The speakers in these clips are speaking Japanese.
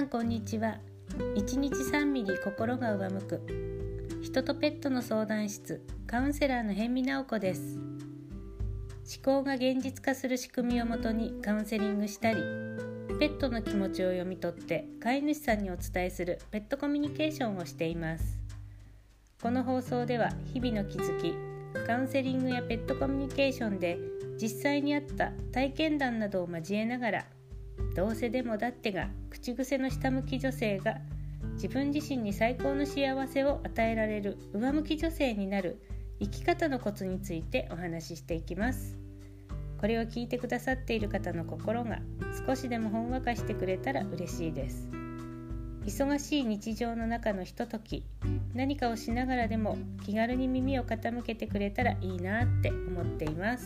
こんにちは。1日3ミリ心が上向く人とペットの相談室カウンセラーの辺見直子です。思考が現実化する仕組みをもとにカウンセリングしたり、ペットの気持ちを読み取って飼い主さんにお伝えするペットコミュニケーションをしています。この放送では日々の気づき、カウンセリングやペットコミュニケーションで実際にあった体験談などを交えながら、どうせでもだってが口癖の下向き女性が自分自身に最高の幸せを与えられる上向き女性になる生き方のコツについてお話ししていきます。これを聞いてくださっている方の心が少しでもほんわかしてくれたら嬉しいです。忙しい日常の中のひととき、何かをしながらでも気軽に耳を傾けてくれたらいいなって思っています。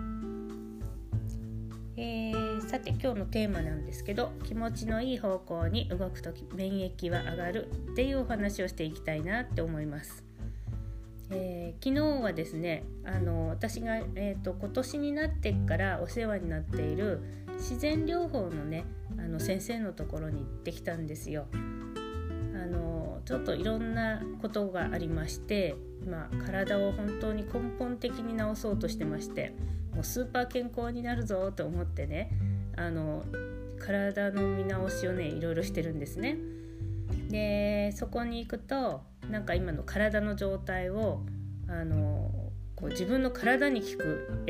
さて今日のテーマなんですけど、気持ちのいい方向に動くとき免疫は上がるっていうお話をしていきたいなって思います。昨日はですね、私が、今年になってからお世話になっている自然療法のね先生のところに行ってきたんですよ。ちょっといろんなことがありまして、体を本当に根本的に治そうとしてまして、もうスーパー健康になるぞと思ってね、体の見直しをねいろいろしてるんですね。でそこに行くとなんか今の体の状態をこう自分の体に効く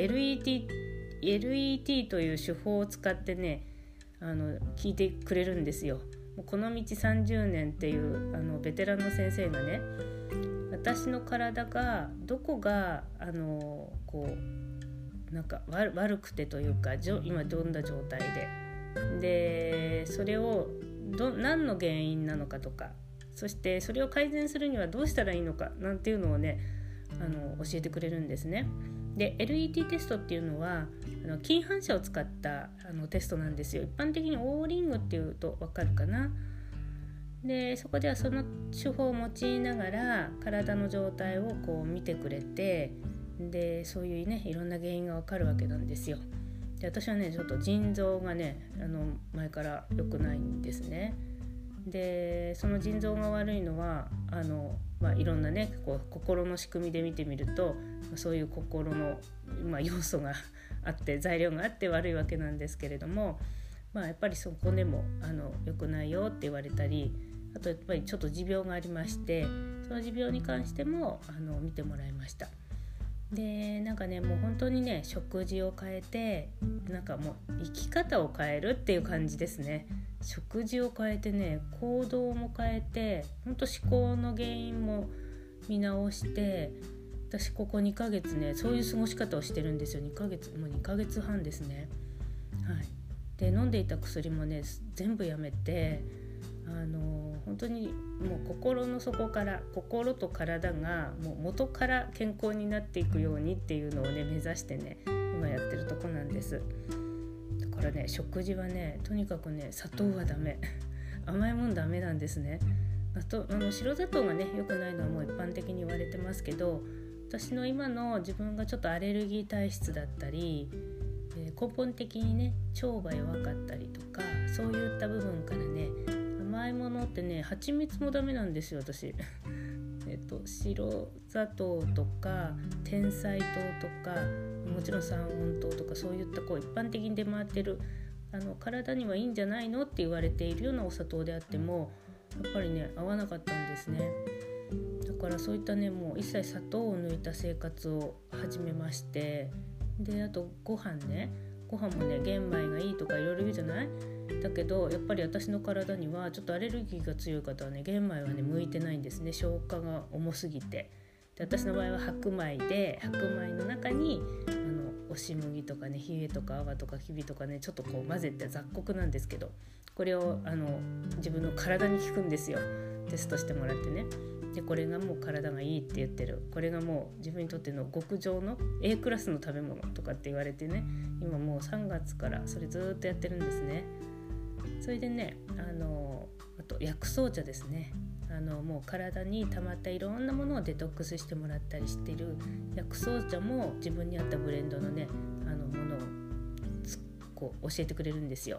LET という手法を使ってね聞いてくれるんですよ。もうこの道30年っていうベテランの先生がね、私の体がどこがこうなんか悪くてというか今どんな状態でそれを何の原因なのかとか、そしてそれを改善するにはどうしたらいいのかなんていうのをね教えてくれるんですね。で LET テストっていうのは筋反射を使ったテストなんですよ。一般的にオーリングっていうと分かるかな。でそこではその手法を用いながら体の状態をこう見てくれて、でそういうねいろんな原因が分かるわけなんですよ。で私はねちょっと腎臓がね前から良くないんですね。でその腎臓が悪いのはいろんなねこう心の仕組みで見てみるとそういう心の、要素があって材料があって悪いわけなんですけれども、やっぱりそこでも良くないよって言われたり、あとやっぱりちょっと持病がありまして、その持病に関しても見てもらいました。でなんかねもう本当にね食事を変えてなんかもう生き方を変えるっていう感じですね。食事を変えてね行動も変えて、本当思考の原因も見直して、私ここ2ヶ月ねそういう過ごし方をしてるんですよ。2ヶ月半ですね。はい。で飲んでいた薬もね全部やめて本当にもう心の底から心と体がもう元から健康になっていくようにっていうのをね目指してね今やってるとこなんです。だからね食事はねとにかくね砂糖はダメ甘いもんダメなんですね。白砂糖がね良くないのはもう一般的に言われてますけど、私の今の自分がちょっとアレルギー体質だったり、根本的にね腸が弱かったりとか、そういった部分からね甘いものってね蜂蜜もダメなんですよ私白砂糖とか天才糖とかもちろん三温糖とか、そういったこう一般的に出回ってる体にはいいんじゃないのって言われているようなお砂糖であってもやっぱりね合わなかったんですね。だからそういったねもう一切砂糖を抜いた生活を始めまして、であとご飯もね玄米がいいとかいろいろ言うじゃない。だけどやっぱり私の体にはちょっとアレルギーが強い方はね玄米はね向いてないんですね。消化が重すぎて。で私の場合は白米で、白米の中に押し麦とかね冷えとか泡とかきびとかねちょっとこう混ぜて雑穀なんですけど、これを自分の体に効くんですよ。テストしてもらってね。でこれがもう体がいいって言ってる、これがもう自分にとっての極上の A クラスの食べ物とかって言われてね、今もう3月からそれずっとやってるんですね。それでねあと薬草茶ですね。もう体に溜まったいろんなものをデトックスしてもらったりしてる薬草茶も自分に合ったブレンドのねものをこう教えてくれるんですよ。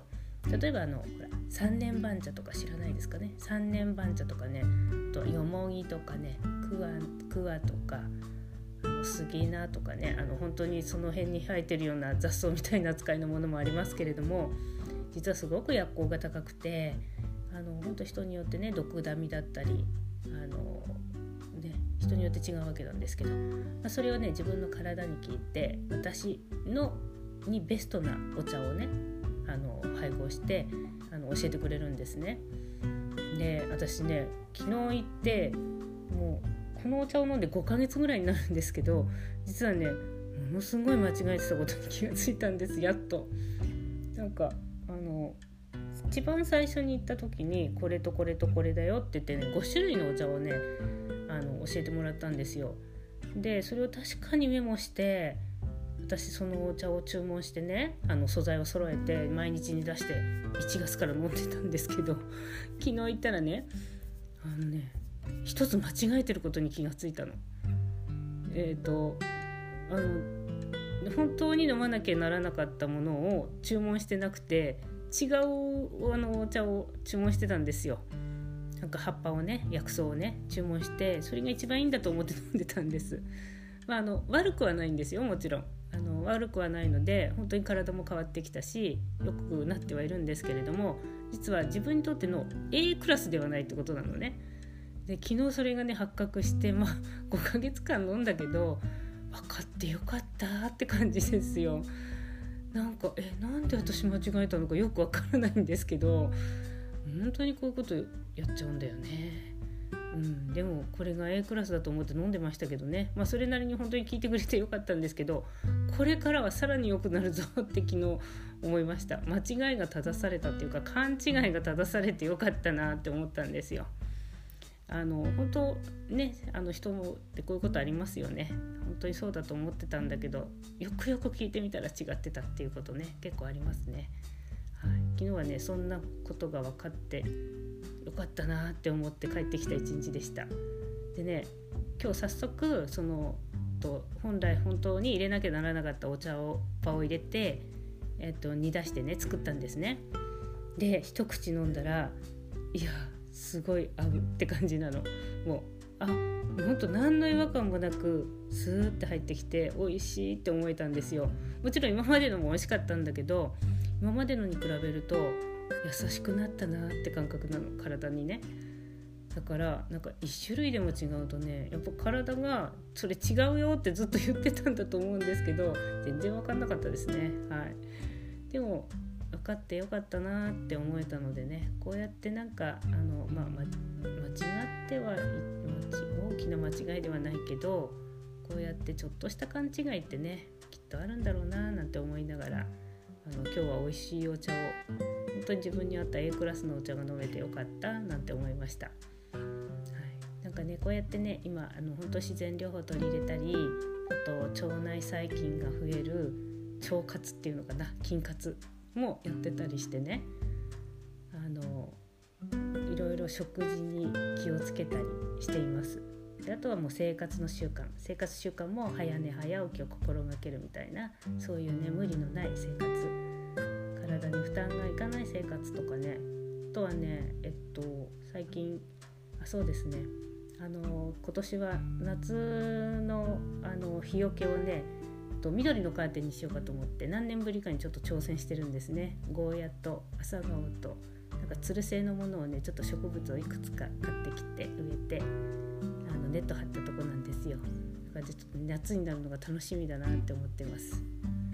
例えばほら三年番茶とか知らないですかね。三年番茶とかね、あとよもぎとかね、クワとか杉菜とかね、本当にその辺に生えてるような雑草みたいな扱いのものもありますけれども、実はすごく薬効が高くて、本当人によってね毒ダミだったり人によって違うわけなんですけど、それをね自分の体に聞いて私にベストなお茶をね配合して教えてくれるんですね。で私ね昨日行ってもうこのお茶を飲んで5ヶ月ぐらいになるんですけど、実はねものすごい間違えてたことに気がついたんです。やっとなんか一番最初に行った時にこれとこれとこれだよって言ってね5種類のお茶をね教えてもらったんですよ。でそれを確かにメモして、私そのお茶を注文してね素材を揃えて毎日に出して1月から飲んでたんですけど、昨日行ったらね一つ間違えてることに気がついたの。本当に飲まなきゃならなかったものを注文してなくて、違うお茶を注文してたんですよ。なんか葉っぱをね薬草をね注文して、それが一番いいんだと思って飲んでたんです。悪くはないんですよ、もちろん悪くはないので、本当に体も変わってきたし良くなってはいるんですけれども、実は自分にとっての A クラスではないってことなのね。で昨日それがね発覚して、5ヶ月間飲んだけど分かってよかったって感じですよ。なんで私間違えたのかよく分からないんですけど、本当にこういうことやっちゃうんだよね。でもこれが A クラスだと思って飲んでましたけどね、それなりに本当に聞いてくれてよかったんですけど、これからはさらに良くなるぞって昨日思いました。間違いが正されたっていうか、勘違いが正されてよかったなって思ったんですよ。本当ね人ってこういうことありますよね。本当にそうだと思ってたんだけど、よくよく聞いてみたら違ってたっていうことね結構ありますね。昨日はねそんなことが分かってよかったなって思って帰ってきた一日でした。でね今日早速本来本当に入れなきゃならなかったお茶を入れて、煮出してね作ったんですね。で一口飲んだらいやすごい合うって感じなの。もうほんと何の違和感もなくスーって入ってきて美味しいって思えたんですよ。もちろん今までのも美味しかったんだけど、今までのに比べると優しくなったなって感覚なの、体にね。だから一種類でも違うとね、やっぱ体がそれ違うよってずっと言ってたんだと思うんですけど、全然分かんなかったですね。でも分かってよかったなって思えたのでね、こうやって間違っては大きな間違いではないけど、こうやってちょっとした勘違いってねきっとあるんだろうななんて思いながら、今日は美味しいお茶を本当に自分に合った A クラスのお茶が飲めてよかったなんて思いました。こうやってね今本当自然療法取り入れたり、あと腸内細菌が増える腸活っていうのかな、菌活もやってたりしてね、いろいろ食事に気をつけたりしています。であとはもう生活習慣も早寝早起きを心がけるみたいな、そういうね無理のない生活、体に負担がいかない生活とかね。あとはね最近そうですね、今年は夏の日よけをね緑のカーテンにしようかと思って何年ぶりかにちょっと挑戦してるんですね。ゴーヤと朝顔とつる製のものをねちょっと植物をいくつか買ってきて植えてネット張ったとこなんですよ。だからちょっと夏になるのが楽しみだなって思ってます。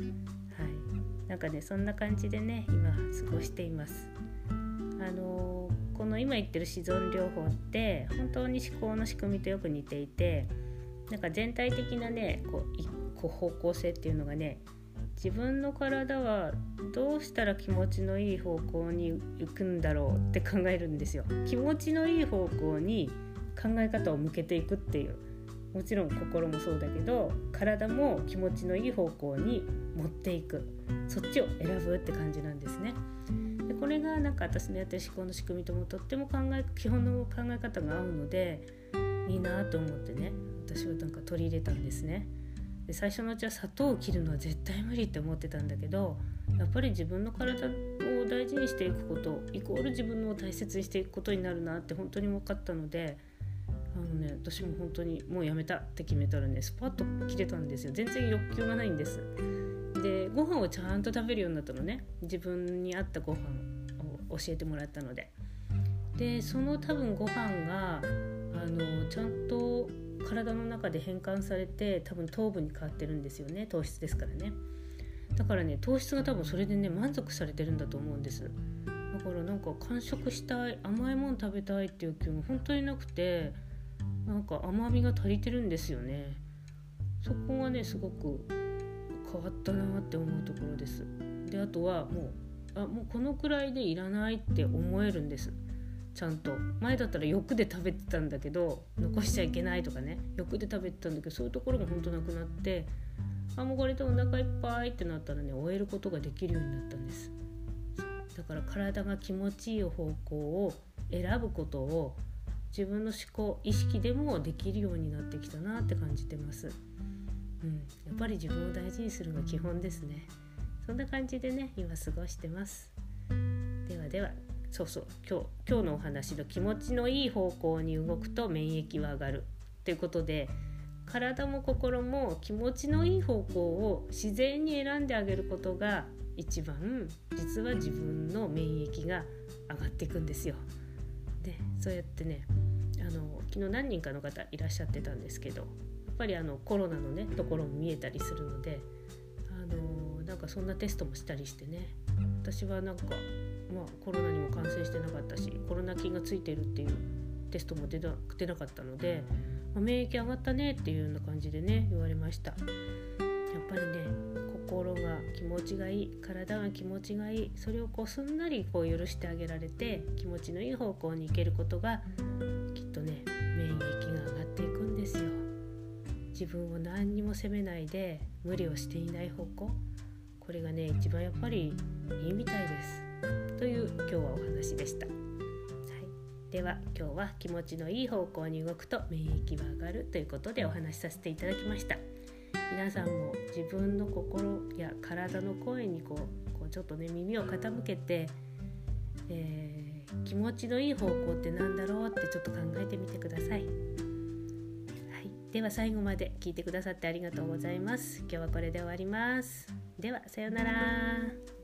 そんな感じでね今過ごしています。この今言ってる自然療法って本当に思考の仕組みとよく似ていて、全体的なね方向性っていうのがね、自分の体はどうしたら気持ちのいい方向に行くんだろうって考えるんですよ。気持ちのいい方向に考え方を向けていくっていう、もちろん心もそうだけど体も気持ちのいい方向に持っていく、そっちを選ぶって感じなんですね。でこれが私のやってる思考の仕組みともとっても基本の考え方が合うのでいいなと思ってね、私は取り入れたんですね。で最初のうちは砂糖を切るのは絶対無理って思ってたんだけど、 やっぱり自分の体を大事にしていくことイコール自分を大切にしていくことになるなって本当に分かったので、私も本当にもうやめたって決めたらね、スパッと切れたんですよ。全然欲求がないんです。で、ご飯をちゃんと食べるようになったのね。自分に合ったご飯を教えてもらったので、その多分ご飯がちゃんと体の中で変換されて、多分糖分に変わってるんですよね。糖質ですからね。だからね、糖質が多分それでね満足されてるんだと思うんです。だからなんか完食したい、甘いもの食べたいっていう気も本当になくて、なんか甘みが足りてるんですよね。そこがねすごく変わったなって思うところです。で、あとはもうこのくらいでいらないって思えるんです。ちゃんと前だったら欲で食べてたんだけど、残しちゃいけないとかね、欲で食べてたんだけど、そういうところが本当なくなって、もうこれでお腹いっぱいってなったらね、終えることができるようになったんです。だから体が気持ちいい方向を選ぶことを自分の思考意識でもできるようになってきたなって感じてます。やっぱり自分を大事にするのが基本ですね。そんな感じでね今過ごしてます。では今日のお話の気持ちのいい方向に動くと免疫は上がるということで、体も心も気持ちのいい方向を自然に選んであげることが一番実は自分の免疫が上がっていくんですよ。で、そうやってね昨日何人かの方いらっしゃってたんですけど、やっぱりコロナのねところも見えたりするので、なんかそんなテストもしたりしてね、私はなんかコロナにも感染してなかったし、コロナ菌がついてるっていうテストも出なかったので、免疫上がったねっていうような感じでね言われました。やっぱりね、心が気持ちがいい、体が気持ちがいい、それをすんなり許してあげられて気持ちのいい方向に行けることがきっとね免疫が上がっていくんですよ。自分を何にも責めないで無理をしていない方向、これがね一番やっぱりいいみたいですという今日はお話でした。では今日は気持ちのいい方向に動くと免疫は上がるということでお話しさせていただきました。皆さんも自分の心や体の声にちょっとね耳を傾けて、気持ちのいい方向ってなんだろうってちょっと考えてみてください。では最後まで聞いてくださってありがとうございます。今日はこれで終わります。ではさようなら。